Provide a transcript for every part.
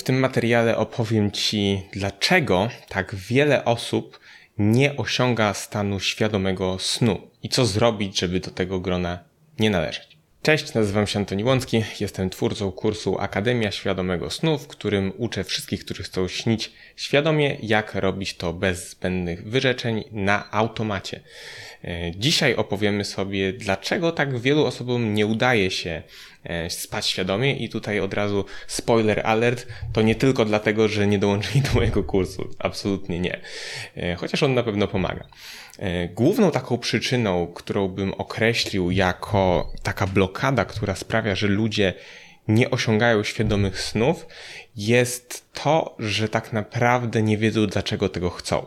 tym materiale opowiem Ci, dlaczego tak wiele osób nie osiąga stanu świadomego snu i co zrobić, żeby do tego grona nie należeć. Cześć, nazywam się Antoni Łącki, jestem twórcą kursu Akademia Świadomego Snu, w którym uczę wszystkich, którzy chcą śnić świadomie, jak robić to bez zbędnych wyrzeczeń na automacie. Dzisiaj opowiemy sobie, dlaczego tak wielu osobom nie udaje się spać świadomie i tutaj od razu spoiler alert, to nie tylko dlatego, że nie dołączyli do mojego kursu, absolutnie nie, chociaż on na pewno pomaga. Główną taką przyczyną, którą bym określił jako taka blokada, która sprawia, że ludzie nie osiągają świadomych snów, jest to, że tak naprawdę nie wiedzą, dlaczego tego chcą.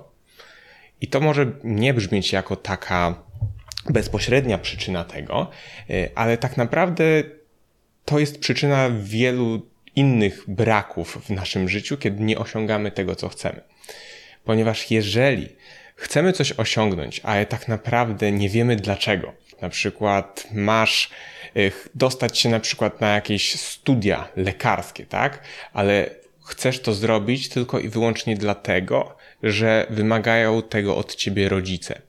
I to może nie brzmieć jako taka bezpośrednia przyczyna tego, ale tak naprawdę to jest przyczyna wielu innych braków w naszym życiu, kiedy nie osiągamy tego, co chcemy. Ponieważ jeżeli chcemy coś osiągnąć, ale tak naprawdę nie wiemy dlaczego, na przykład masz dostać się na przykład na jakieś studia lekarskie, tak? Ale chcesz to zrobić tylko i wyłącznie dlatego, że wymagają tego od ciebie rodzice.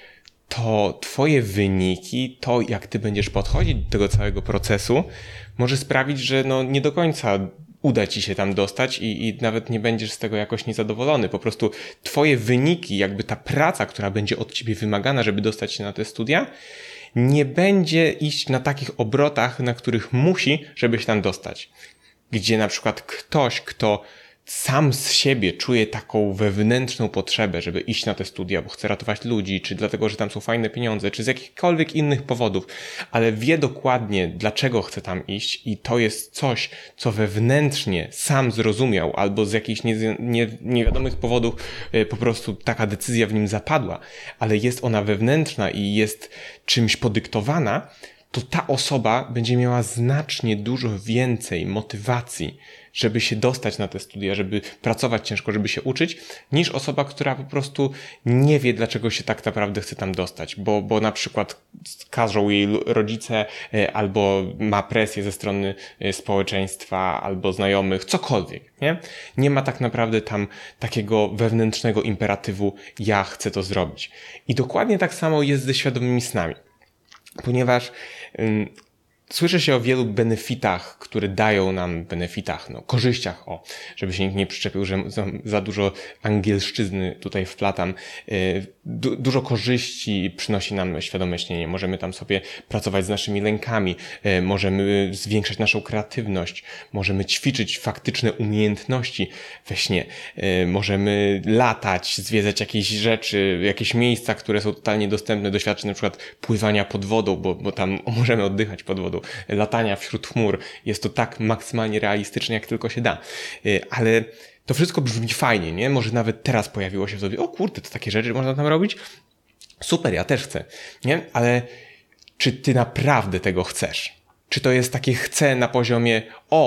To twoje wyniki, to jak ty będziesz podchodzić do tego całego procesu, może sprawić, że nie do końca uda ci się tam dostać i nawet nie będziesz z tego jakoś niezadowolony. Po prostu twoje wyniki, jakby ta praca, która będzie od ciebie wymagana, żeby dostać się na te studia, nie będzie iść na takich obrotach, na których musi, żeby się tam dostać. Gdzie na przykład ktoś, kto sam z siebie czuje taką wewnętrzną potrzebę, żeby iść na te studia, bo chce ratować ludzi, czy dlatego, że tam są fajne pieniądze, czy z jakichkolwiek innych powodów, ale wie dokładnie, dlaczego chce tam iść i to jest coś, co wewnętrznie sam zrozumiał, albo z jakichś niewiadomych powodów po prostu taka decyzja w nim zapadła, ale jest ona wewnętrzna i jest czymś podyktowana, to ta osoba będzie miała znacznie dużo więcej motywacji, żeby się dostać na te studia, żeby pracować ciężko, żeby się uczyć, niż osoba, która po prostu nie wie, dlaczego się tak naprawdę chce tam dostać, bo na przykład każą jej rodzice, albo ma presję ze strony społeczeństwa, albo znajomych, cokolwiek, nie? Nie ma tak naprawdę tam takiego wewnętrznego imperatywu, ja chcę to zrobić. I dokładnie tak samo jest ze świadomymi snami. Ponieważ słyszy się o wielu benefitach, które dają nam korzyściach, żeby się nikt nie przyczepił, że za dużo angielszczyzny tutaj wplatam. Dużo korzyści przynosi nam świadome śnienie. Możemy tam sobie pracować z naszymi lękami, możemy zwiększać naszą kreatywność, możemy ćwiczyć faktyczne umiejętności we śnie, możemy latać, zwiedzać jakieś rzeczy, jakieś miejsca, które są totalnie dostępne, doświadczyć na przykład pływania pod wodą, bo tam możemy oddychać pod wodą, latania wśród chmur. Jest to tak maksymalnie realistyczne, jak tylko się da. Ale to wszystko brzmi fajnie, nie? Może nawet teraz pojawiło się w sobie, o kurde, to takie rzeczy można tam robić? Super, ja też chcę, nie? Ale czy ty naprawdę tego chcesz? Czy to jest takie chcę na poziomie,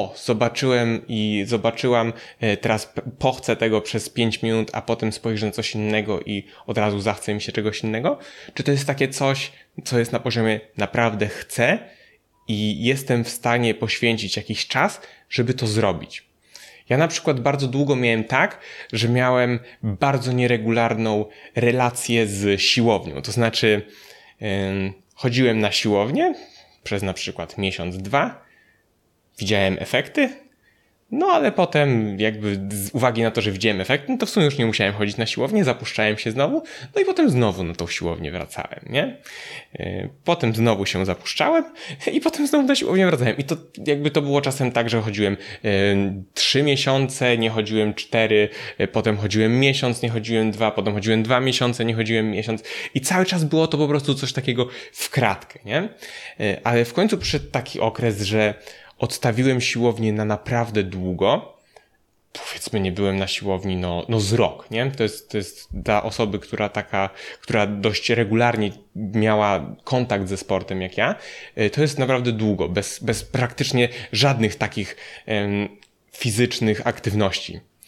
zobaczyłam, teraz pochcę tego przez 5 minut, a potem spojrzę na coś innego i od razu zachce mi się czegoś innego? Czy to jest takie coś, co jest na poziomie naprawdę chcę i jestem w stanie poświęcić jakiś czas, żeby to zrobić? Ja na przykład bardzo długo miałem tak, że miałem bardzo nieregularną relację z siłownią. To znaczy chodziłem na siłownię przez na przykład miesiąc, 2, widziałem efekty, ale potem jakby z uwagi na to, że widziałem efekty, to w sumie już nie musiałem chodzić na siłownię, zapuszczałem się znowu, i potem znowu na tą siłownię wracałem, nie? Potem znowu się zapuszczałem i potem znowu na siłownię wracałem. I to jakby to było czasem tak, że chodziłem 3 miesiące, nie chodziłem 4, potem chodziłem miesiąc, nie chodziłem 2, potem chodziłem 2 miesiące, nie chodziłem miesiąc i cały czas było to po prostu coś takiego w kratkę, nie? Ale w końcu przyszedł taki okres, że odstawiłem siłownię na naprawdę długo. Powiedzmy, nie byłem na siłowni z rok, nie? To jest dla osoby, która dość regularnie miała kontakt ze sportem jak ja, to jest naprawdę długo, bez praktycznie żadnych takich fizycznych aktywności.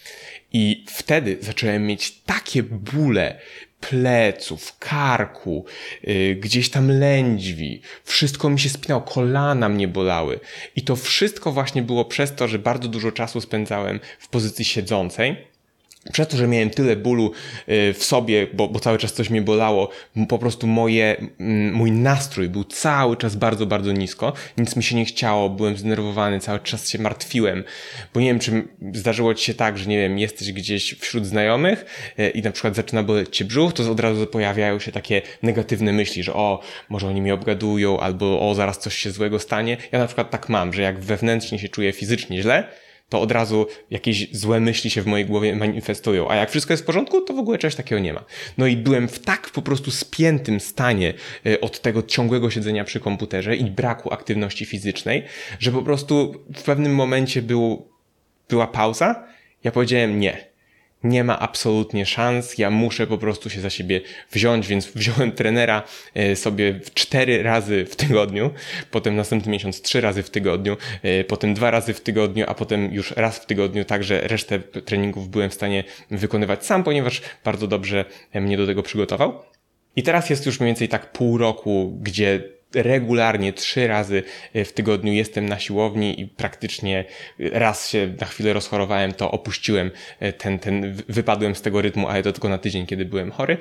I wtedy zacząłem mieć takie bóle pleców, karku, gdzieś tam lędźwi, wszystko mi się spinało, kolana mnie bolały. I to wszystko właśnie było przez to, że bardzo dużo czasu spędzałem w pozycji siedzącej. Przez to, że miałem tyle bólu w sobie, bo cały czas coś mnie bolało, po prostu mój nastrój był cały czas bardzo, bardzo nisko. Nic mi się nie chciało, byłem zdenerwowany, cały czas się martwiłem. Bo nie wiem, czy zdarzyło ci się tak, że nie wiem, jesteś gdzieś wśród znajomych i na przykład zaczyna boleć cię brzuch, to od razu pojawiają się takie negatywne myśli, że może oni mnie obgadują, albo zaraz coś się złego stanie. Ja na przykład tak mam, że jak wewnętrznie się czuję fizycznie źle, to od razu jakieś złe myśli się w mojej głowie manifestują. A jak wszystko jest w porządku, to w ogóle czegoś takiego nie ma. No i byłem w tak po prostu spiętym stanie od tego ciągłego siedzenia przy komputerze i braku aktywności fizycznej, że po prostu w pewnym momencie była pauza. Ja powiedziałem nie ma absolutnie szans, ja muszę po prostu się za siebie wziąć, więc wziąłem trenera sobie 4 razy w tygodniu, potem następny miesiąc 3 razy w tygodniu, potem 2 razy w tygodniu, a potem już raz w tygodniu, także resztę treningów byłem w stanie wykonywać sam, ponieważ bardzo dobrze mnie do tego przygotował. I teraz jest już mniej więcej tak pół roku, gdzie regularnie 3 razy w tygodniu jestem na siłowni i praktycznie raz się na chwilę rozchorowałem, to opuściłem wypadłem z tego rytmu, ale to tylko na tydzień, kiedy byłem chory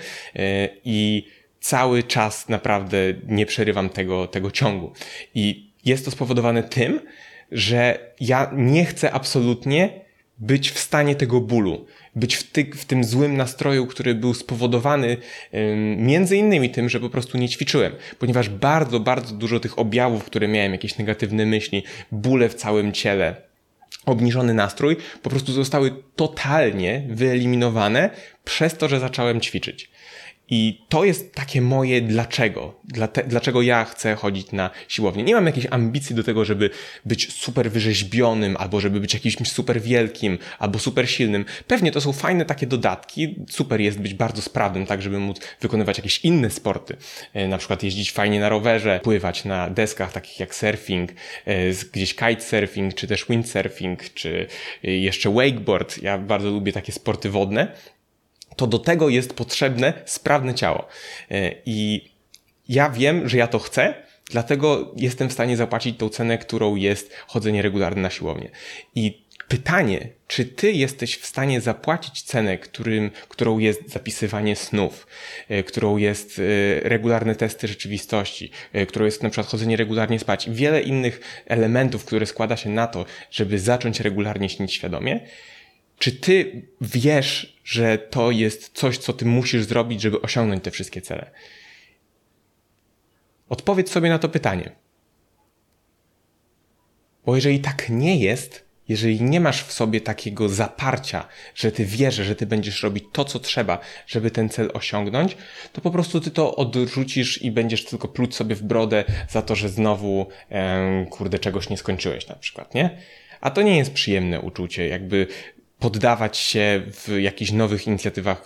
i cały czas naprawdę nie przerywam tego ciągu. I jest to spowodowane tym, że ja nie chcę absolutnie być w stanie tego bólu, być w tym złym nastroju, który był spowodowany między innymi tym, że po prostu nie ćwiczyłem, ponieważ bardzo, bardzo dużo tych objawów, które miałem, jakieś negatywne myśli, bóle w całym ciele, obniżony nastrój, po prostu zostały totalnie wyeliminowane przez to, że zacząłem ćwiczyć. I to jest takie moje dlaczego ja chcę chodzić na siłownię. Nie mam jakiejś ambicji do tego, żeby być super wyrzeźbionym, albo żeby być jakimś super wielkim, albo super silnym. Pewnie to są fajne takie dodatki. Super jest być bardzo sprawnym, tak żeby móc wykonywać jakieś inne sporty. Na przykład jeździć fajnie na rowerze, pływać na deskach takich jak surfing, gdzieś kitesurfing, czy też windsurfing, czy jeszcze wakeboard. Ja bardzo lubię takie sporty wodne. To do tego jest potrzebne sprawne ciało. I ja wiem, że ja to chcę, dlatego jestem w stanie zapłacić tą cenę, którą jest chodzenie regularne na siłownię. I pytanie, czy ty jesteś w stanie zapłacić cenę, którą jest zapisywanie snów, którą jest regularne testy rzeczywistości, którą jest na przykład chodzenie regularnie spać, wiele innych elementów, które składa się na to, żeby zacząć regularnie śnić świadomie. Czy ty wiesz, że to jest coś, co ty musisz zrobić, żeby osiągnąć te wszystkie cele? Odpowiedz sobie na to pytanie. Bo jeżeli tak nie jest, jeżeli nie masz w sobie takiego zaparcia, że ty wierzysz, że ty będziesz robić to, co trzeba, żeby ten cel osiągnąć, to po prostu ty to odrzucisz i będziesz tylko pluć sobie w brodę za to, że znowu, czegoś nie skończyłeś na przykład, nie? A to nie jest przyjemne uczucie, jakby poddawać się w jakichś nowych inicjatywach,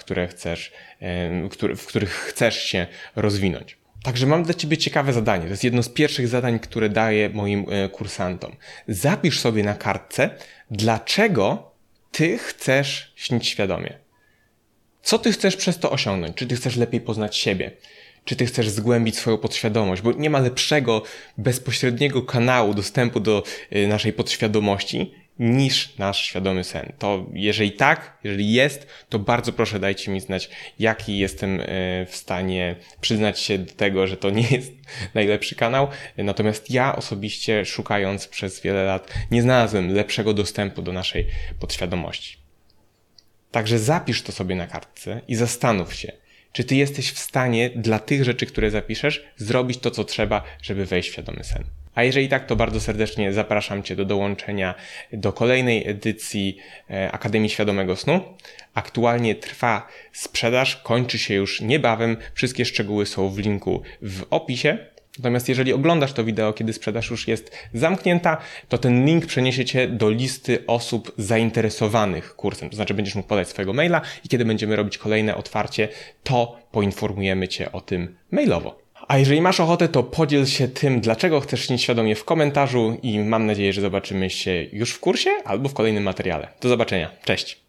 w których chcesz się rozwinąć. Także mam dla ciebie ciekawe zadanie. To jest jedno z pierwszych zadań, które daję moim kursantom. Zapisz sobie na kartce, dlaczego ty chcesz śnić świadomie. Co ty chcesz przez to osiągnąć? Czy ty chcesz lepiej poznać siebie? Czy ty chcesz zgłębić swoją podświadomość? Bo nie ma lepszego, bezpośredniego kanału dostępu do naszej podświadomości niż nasz świadomy sen. To jeżeli jest, to bardzo proszę dajcie mi znać, jaki jestem w stanie przyznać się do tego, że to nie jest najlepszy kanał. Natomiast ja osobiście, szukając przez wiele lat, nie znalazłem lepszego dostępu do naszej podświadomości. Także zapisz to sobie na kartce i zastanów się, czy ty jesteś w stanie dla tych rzeczy, które zapiszesz, zrobić to, co trzeba, żeby wejść w świadomy sen. A jeżeli tak, to bardzo serdecznie zapraszam cię do dołączenia do kolejnej edycji Akademii Świadomego Snu. Aktualnie trwa sprzedaż, kończy się już niebawem. Wszystkie szczegóły są w linku w opisie. Natomiast jeżeli oglądasz to wideo, kiedy sprzedaż już jest zamknięta, to ten link przeniesie cię do listy osób zainteresowanych kursem. To znaczy będziesz mógł podać swojego maila i kiedy będziemy robić kolejne otwarcie, to poinformujemy cię o tym mailowo. A jeżeli masz ochotę, to podziel się tym, dlaczego chcesz śnić świadomie w komentarzu i mam nadzieję, że zobaczymy się już w kursie albo w kolejnym materiale. Do zobaczenia. Cześć!